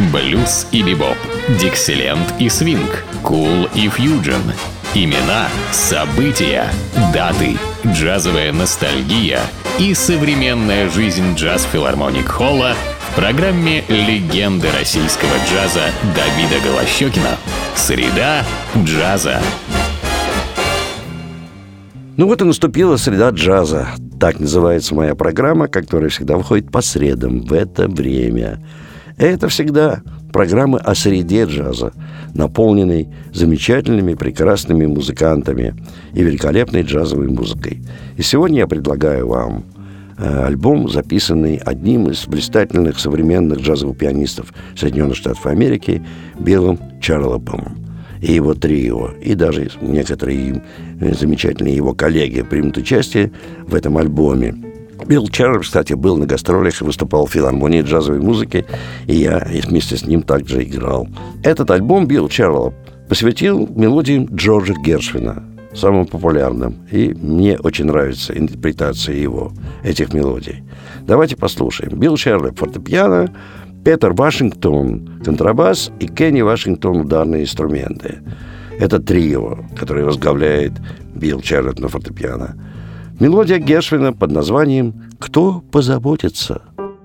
блюз и бибоп, диксиленд и свинг, кул и фьюджен. Имена, события, даты, джазовая ностальгия и современная жизнь джаз-филармоник Холла в программе «Легенды российского джаза» Давида Голощёкина. Среда джаза. Ну вот и наступила среда джаза. Так называется моя программа, которая всегда выходит по средам в это время. Это всегда программы о среде джаза, наполненной замечательными, прекрасными музыкантами и великолепной джазовой музыкой. И сегодня я предлагаю вам альбом, записанный одним из блистательных современных джазовых пианистов Соединенных Штатов Америки Биллом Чарлопом и его трио, и даже некоторые замечательные его коллеги примут участие в этом альбоме. Билл Чарлоп, кстати, был на гастролях и выступал в филармонии джазовой музыки, и я вместе с ним также играл. Этот альбом Билл Чарлоп посвятил мелодиям Джорджа Гершвина, самым популярным, и мне очень нравится интерпретация его, этих мелодий. Давайте послушаем. Билл Чарлоп — фортепиано, Петер Вашингтон — контрабас и Кенни Вашингтон — ударные инструменты. Это трио, которое возглавляет Билл Чарлоп на фортепиано. Мелодия Гершвина под названием «Кто позаботится?».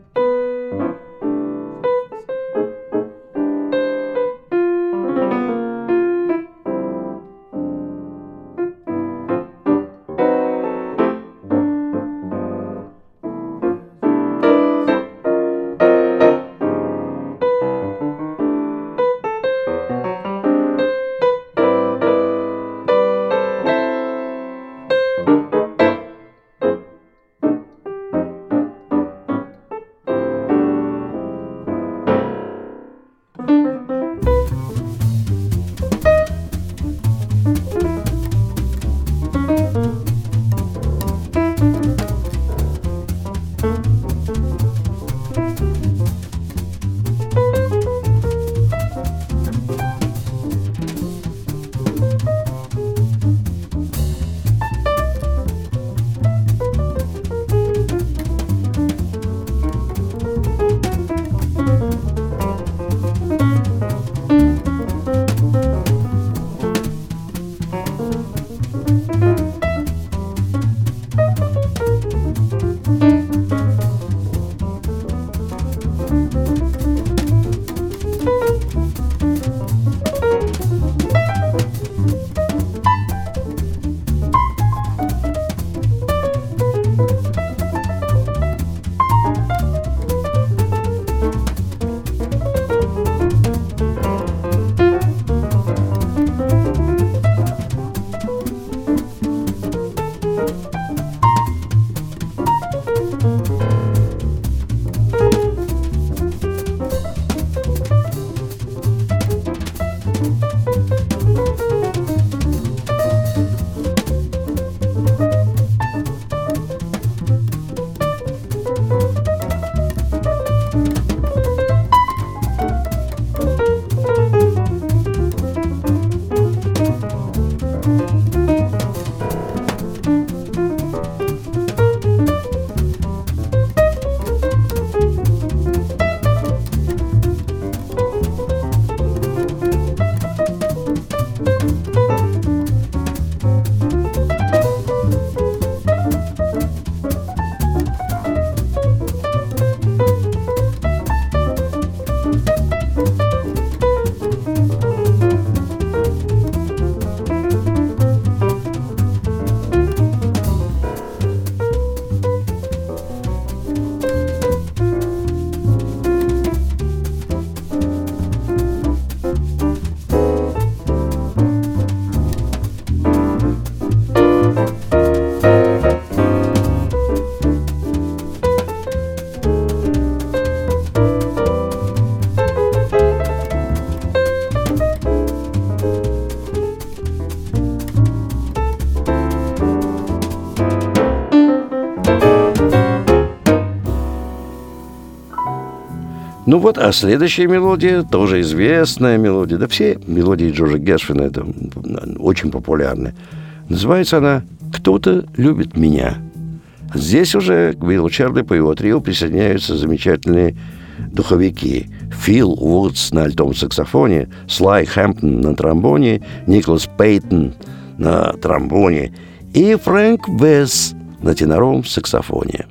Ну вот, а следующая мелодия, тоже известная мелодия, да все мелодии Джорджа Гершвина это очень популярны. Называется она «Кто-то любит меня». Здесь уже к Биллу Чарлопу и его трио присоединяются замечательные духовики. Фил Вудс на альтом саксофоне, Слай Хэмптон на тромбоне, Николас Пейтон на тромбоне и Фрэнк Весс на теноровом саксофоне.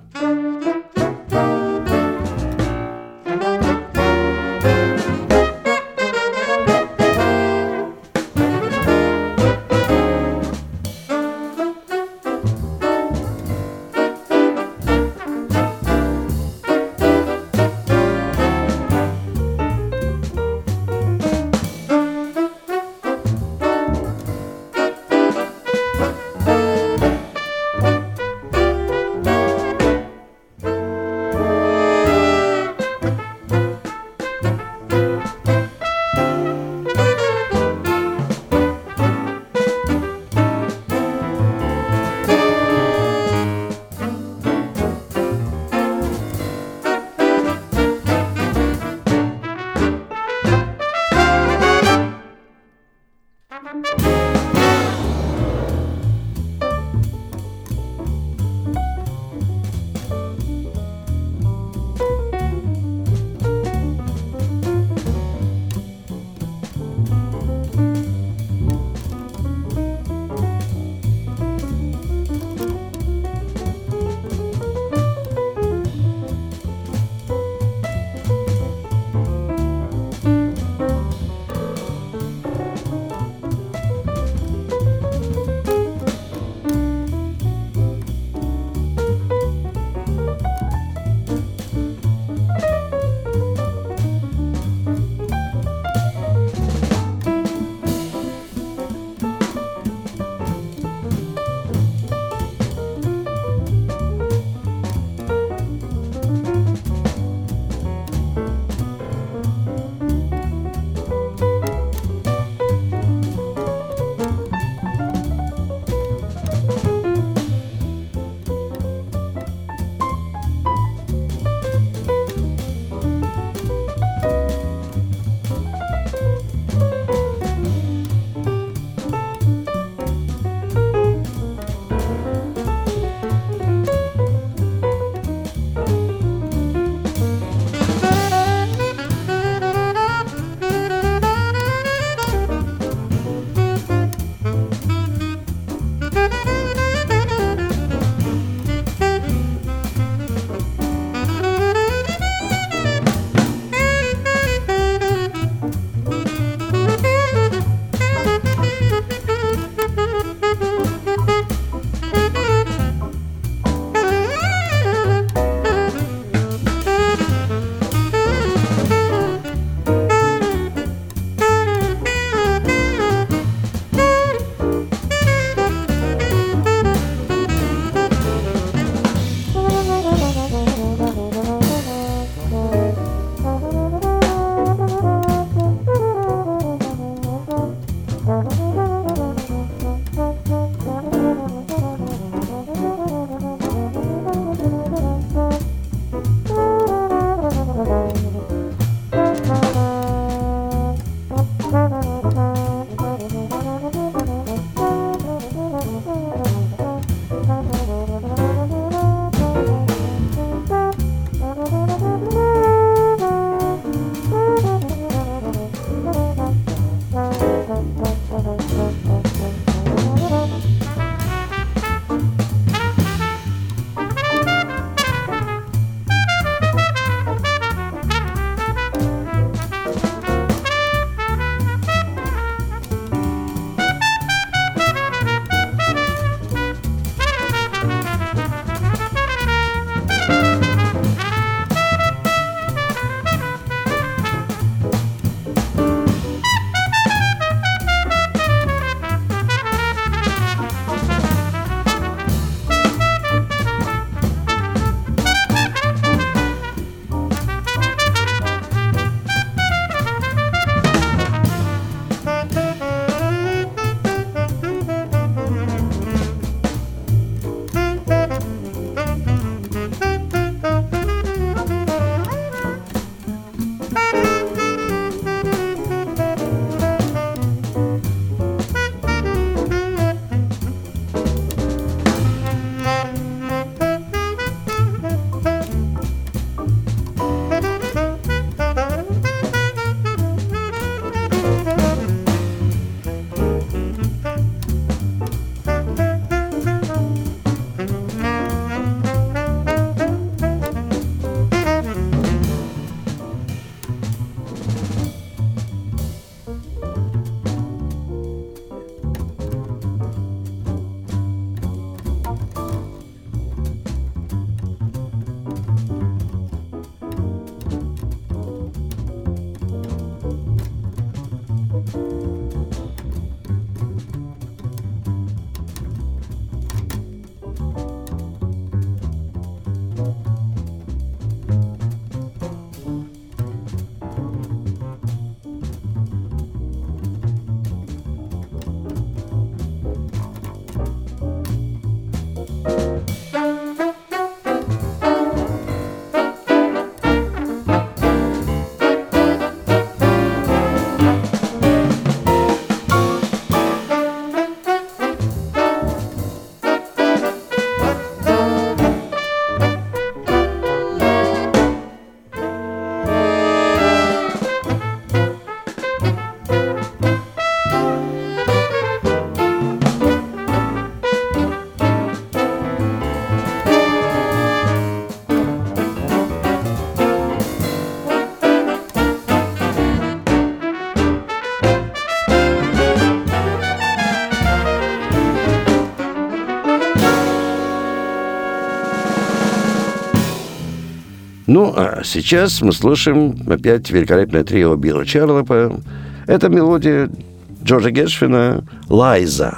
Ну, а сейчас мы слушаем опять великолепное трио Билла Чарлопа. Это мелодия Джорджа Гершвина «Лайза».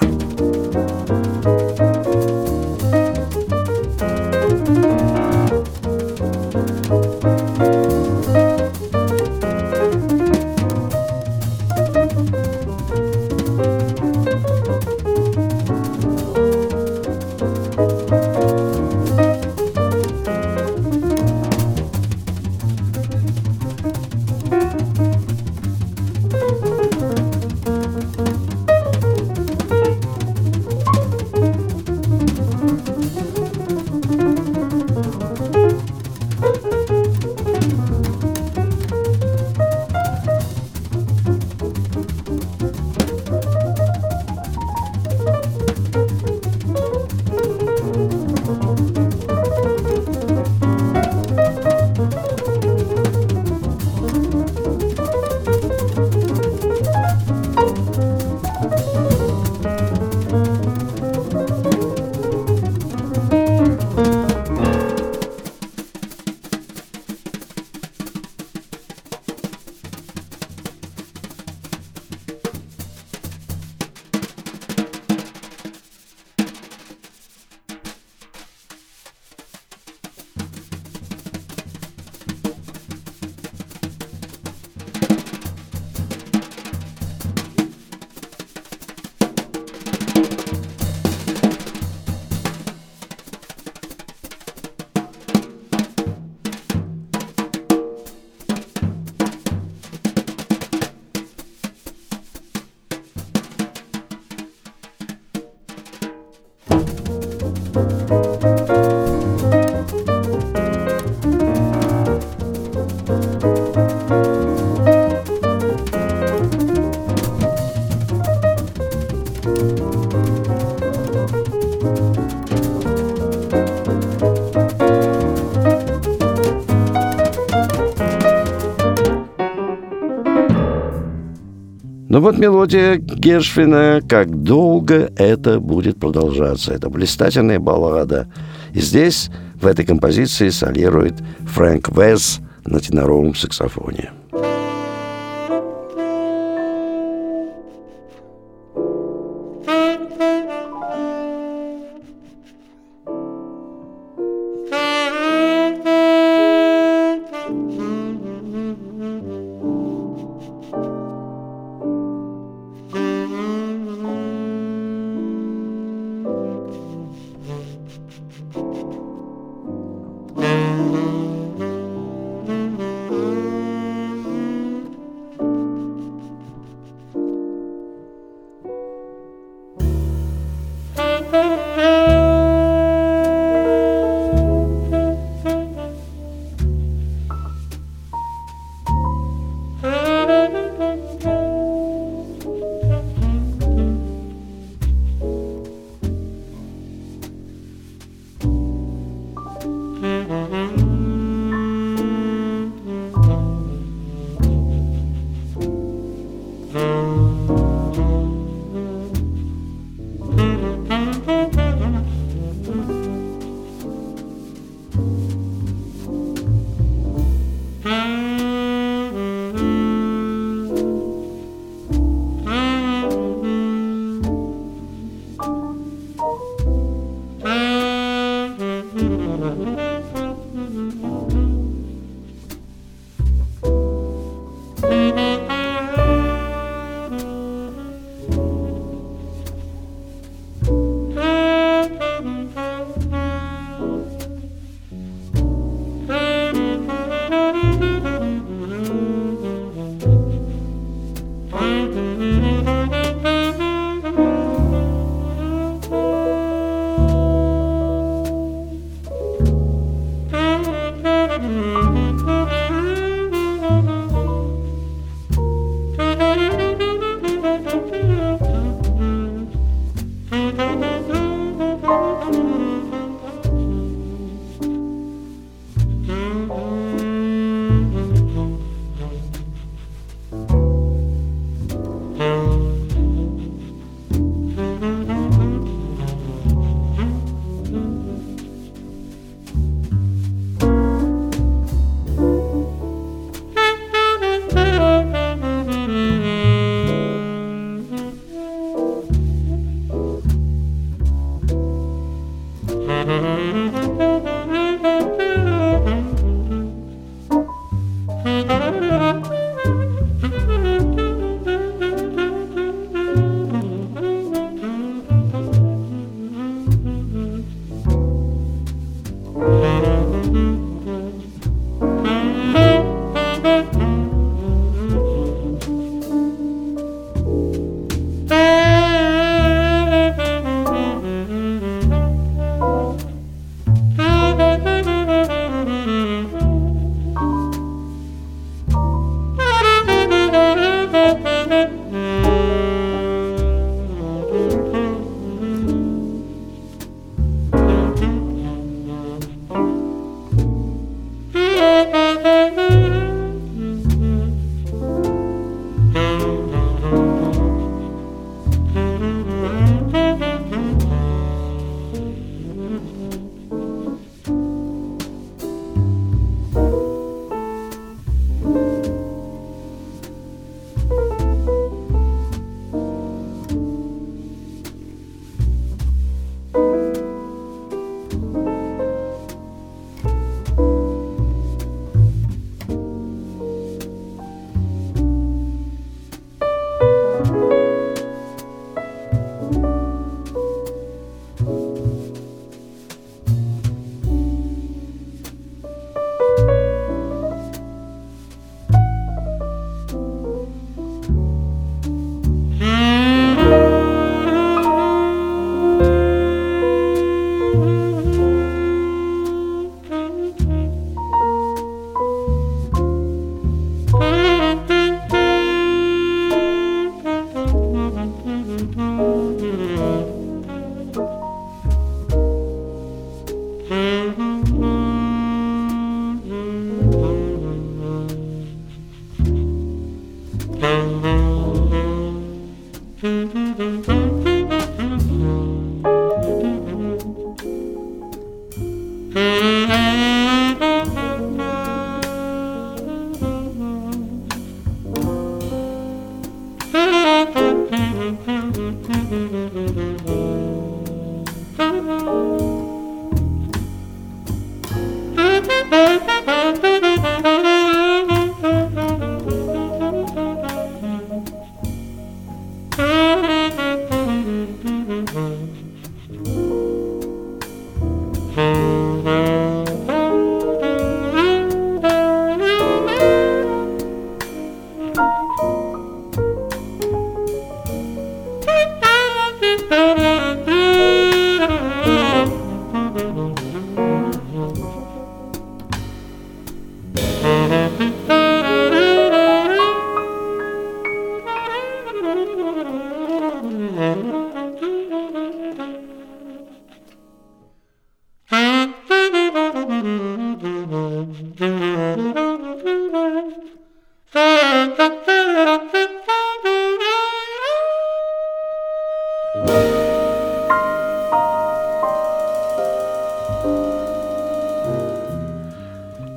Ну вот мелодия Гершвина «Как долго это будет продолжаться». Это блистательная баллада. И здесь, в этой композиции, солирует Фрэнк Весс на теноровом саксофоне.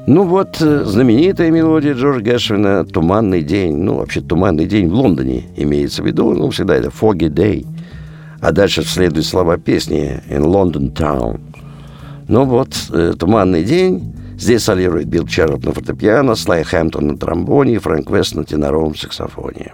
Ну вот, знаменитая мелодия Джорджа Гершвина «Туманный день». Ну, вообще, «Туманный день» в Лондоне имеется в виду. Ну, всегда это «Foggy Day». А дальше следуют слова песни «In London Town». Ну вот, «Туманный день». Здесь солирует Билл Червот на фортепиано, Слай Хэмптон на тромбоне и Фрэнк Вест на теноровом саксофоне.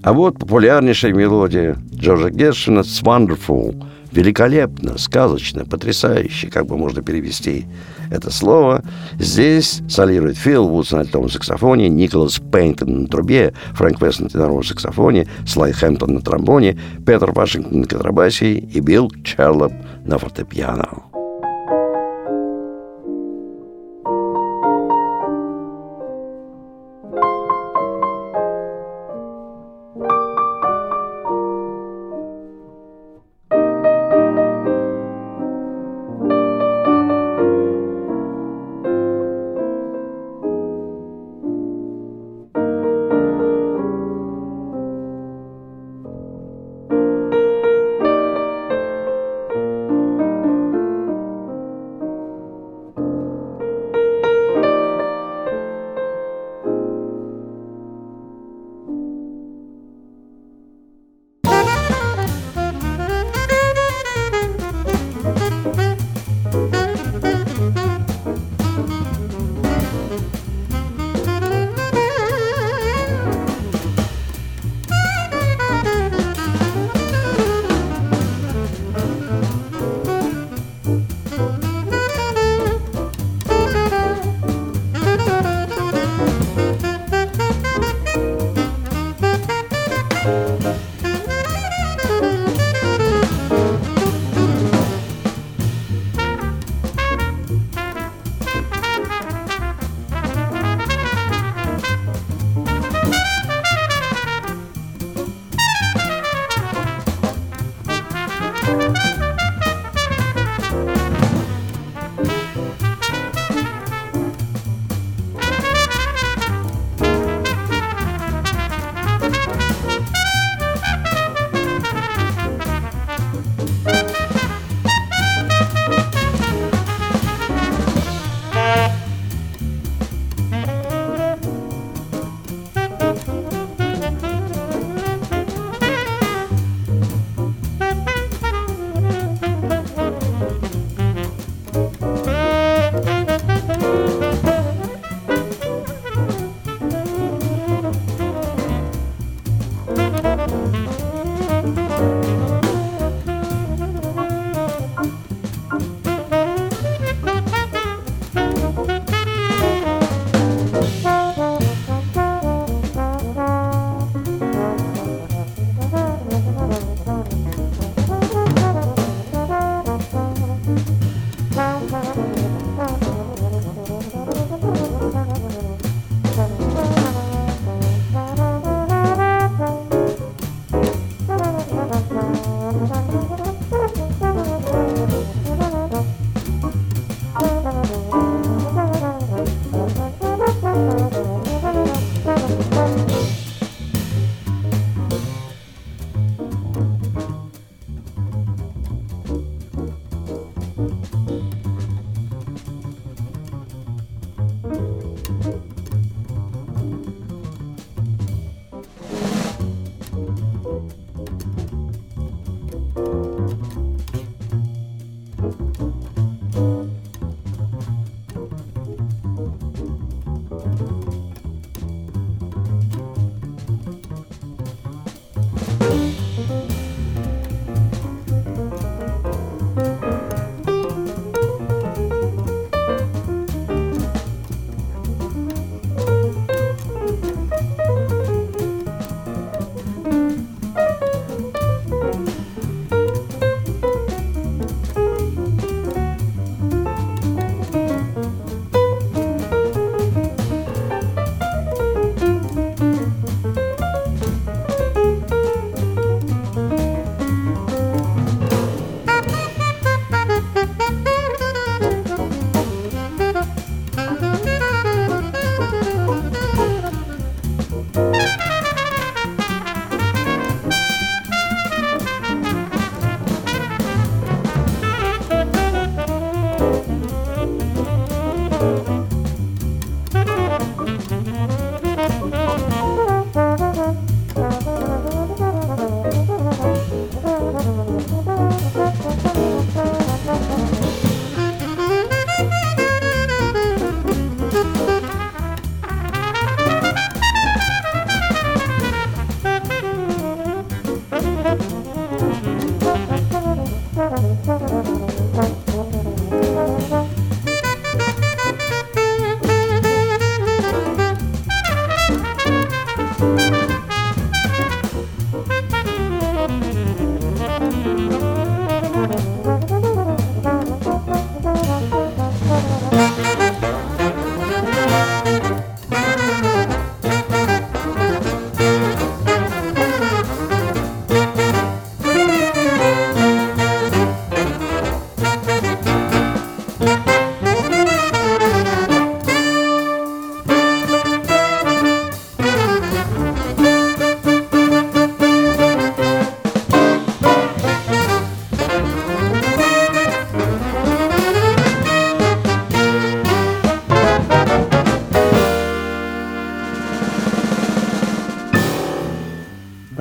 А вот популярнейшая мелодия Джорджа Гершвина «It's Wonderful». Великолепно, сказочно, потрясающе, как бы можно перевести это слово. Здесь солирует Фил Вудс на альтовом саксофоне, Николас Пейнтон на трубе, Фрэнк Вест на теноровом саксофоне, Слай Хэмптон на тромбоне, Петер Вашингтон на контрабасе и Билл Чарлоп на фортепиано.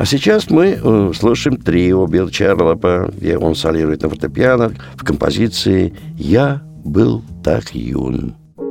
сейчас мы слушаем трио Билла Чарлопа, где он солирует на фортепиано в композиции «Я был так юн».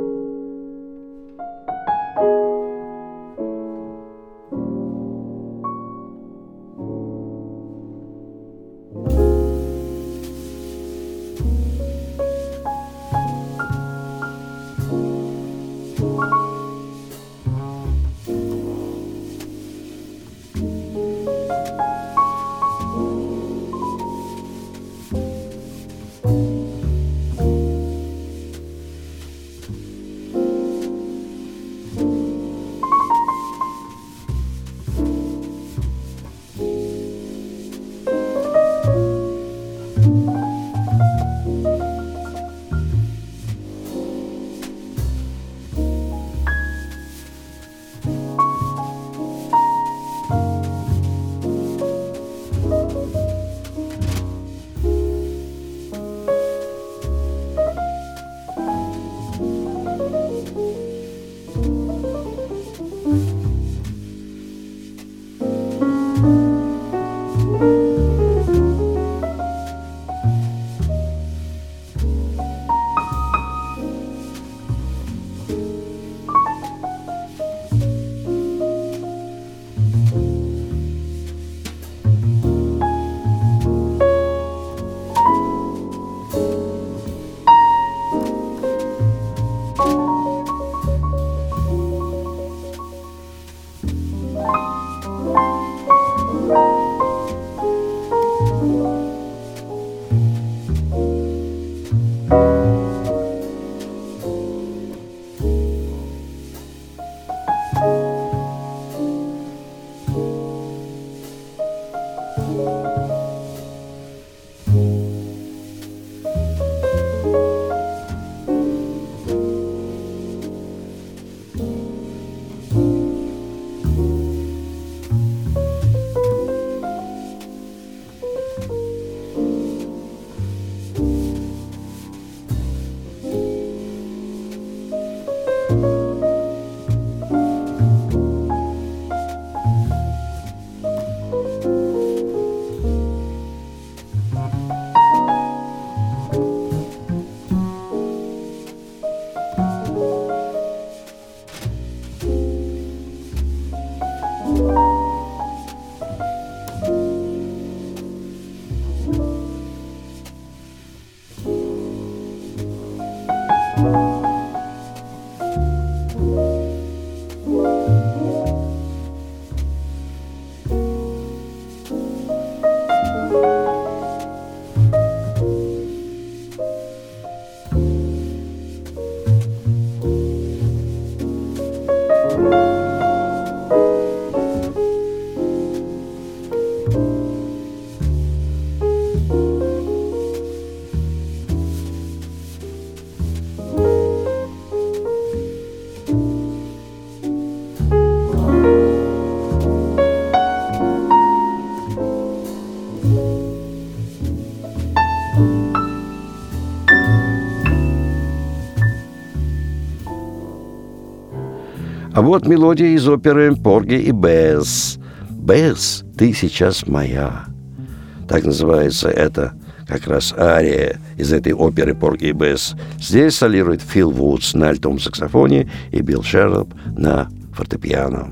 А вот мелодия из оперы «Порги и Бесс». «Бесс, ты сейчас моя». Так называется это как раз ария из этой оперы «Порги и Бесс». Здесь солирует Фил Вудс на альтовом саксофоне и Билл Чарлоп на фортепиано.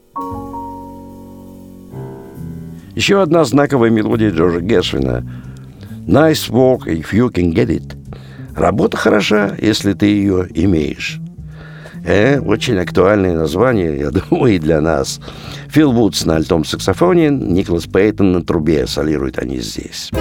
Еще одна знаковая мелодия Джорджа Гершвина. «Nice work if you can get it». Работа хороша, если ты ее имеешь. Очень актуальное название, я думаю, и для нас. Фил Вудс на альтом саксофоне, Николас Пейтон на трубе. Солируют они здесь.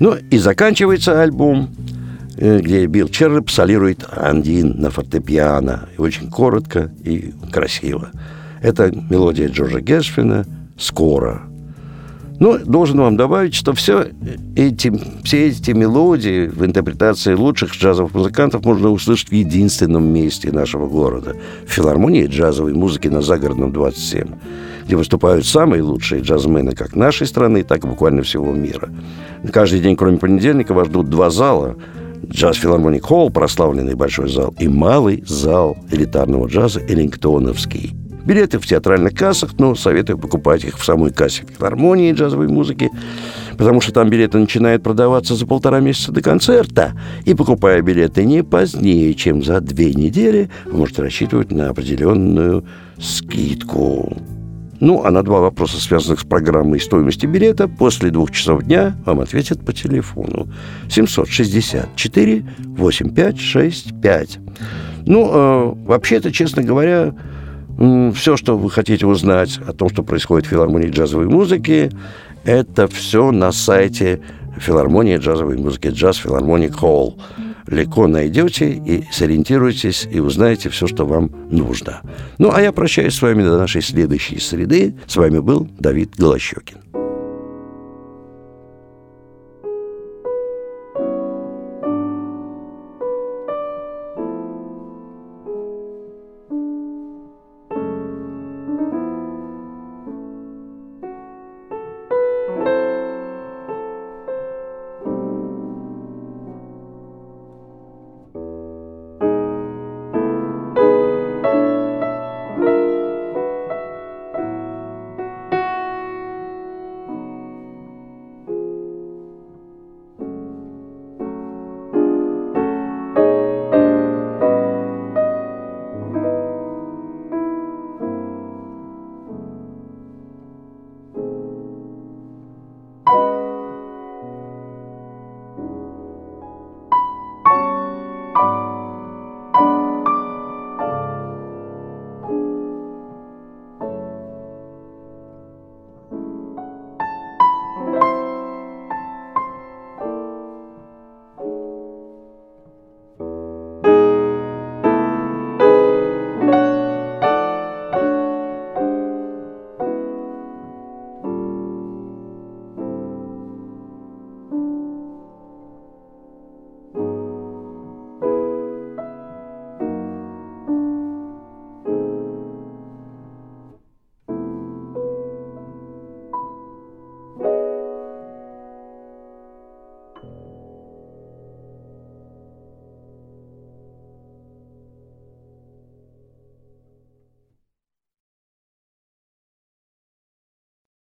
Ну, и заканчивается альбом, где Билл Черрип солирует один на фортепиано. И очень коротко и красиво. Это мелодия Джорджа Гершвина «Скоро». Ну, должен вам добавить, что все эти мелодии в интерпретации лучших джазовых музыкантов можно услышать в единственном месте нашего города – в филармонии джазовой музыки на Загородном 27, где выступают самые лучшие джазмены как нашей страны, так и буквально всего мира. Каждый день, кроме понедельника, вас ждут два зала – Джаз-филармоник Холл, прославленный большой зал, и малый зал элитарного джаза Эллингтоновский. Билеты в театральных кассах, но советую покупать их в самой кассе филармонии джазовой музыки, потому что там билеты начинают продаваться за 1,5 месяца до концерта. И покупая билеты не позднее, чем за 2 недели, вы можете рассчитывать на определенную скидку. Ну, а на 2 вопроса, связанных с программой и стоимостью билета, после 2 часов дня вам ответят по телефону 764-8565. Ну, вообще-то, честно говоря, все, что вы хотите узнать о том, что происходит в филармонии джазовой музыки, это все на сайте филармонии джазовой музыки Jazz Philharmonic Hall. Легко найдете и сориентируйтесь, и узнаете все, что вам нужно. Ну, а я прощаюсь с вами до нашей следующей среды. С вами был Давид Голощёкин.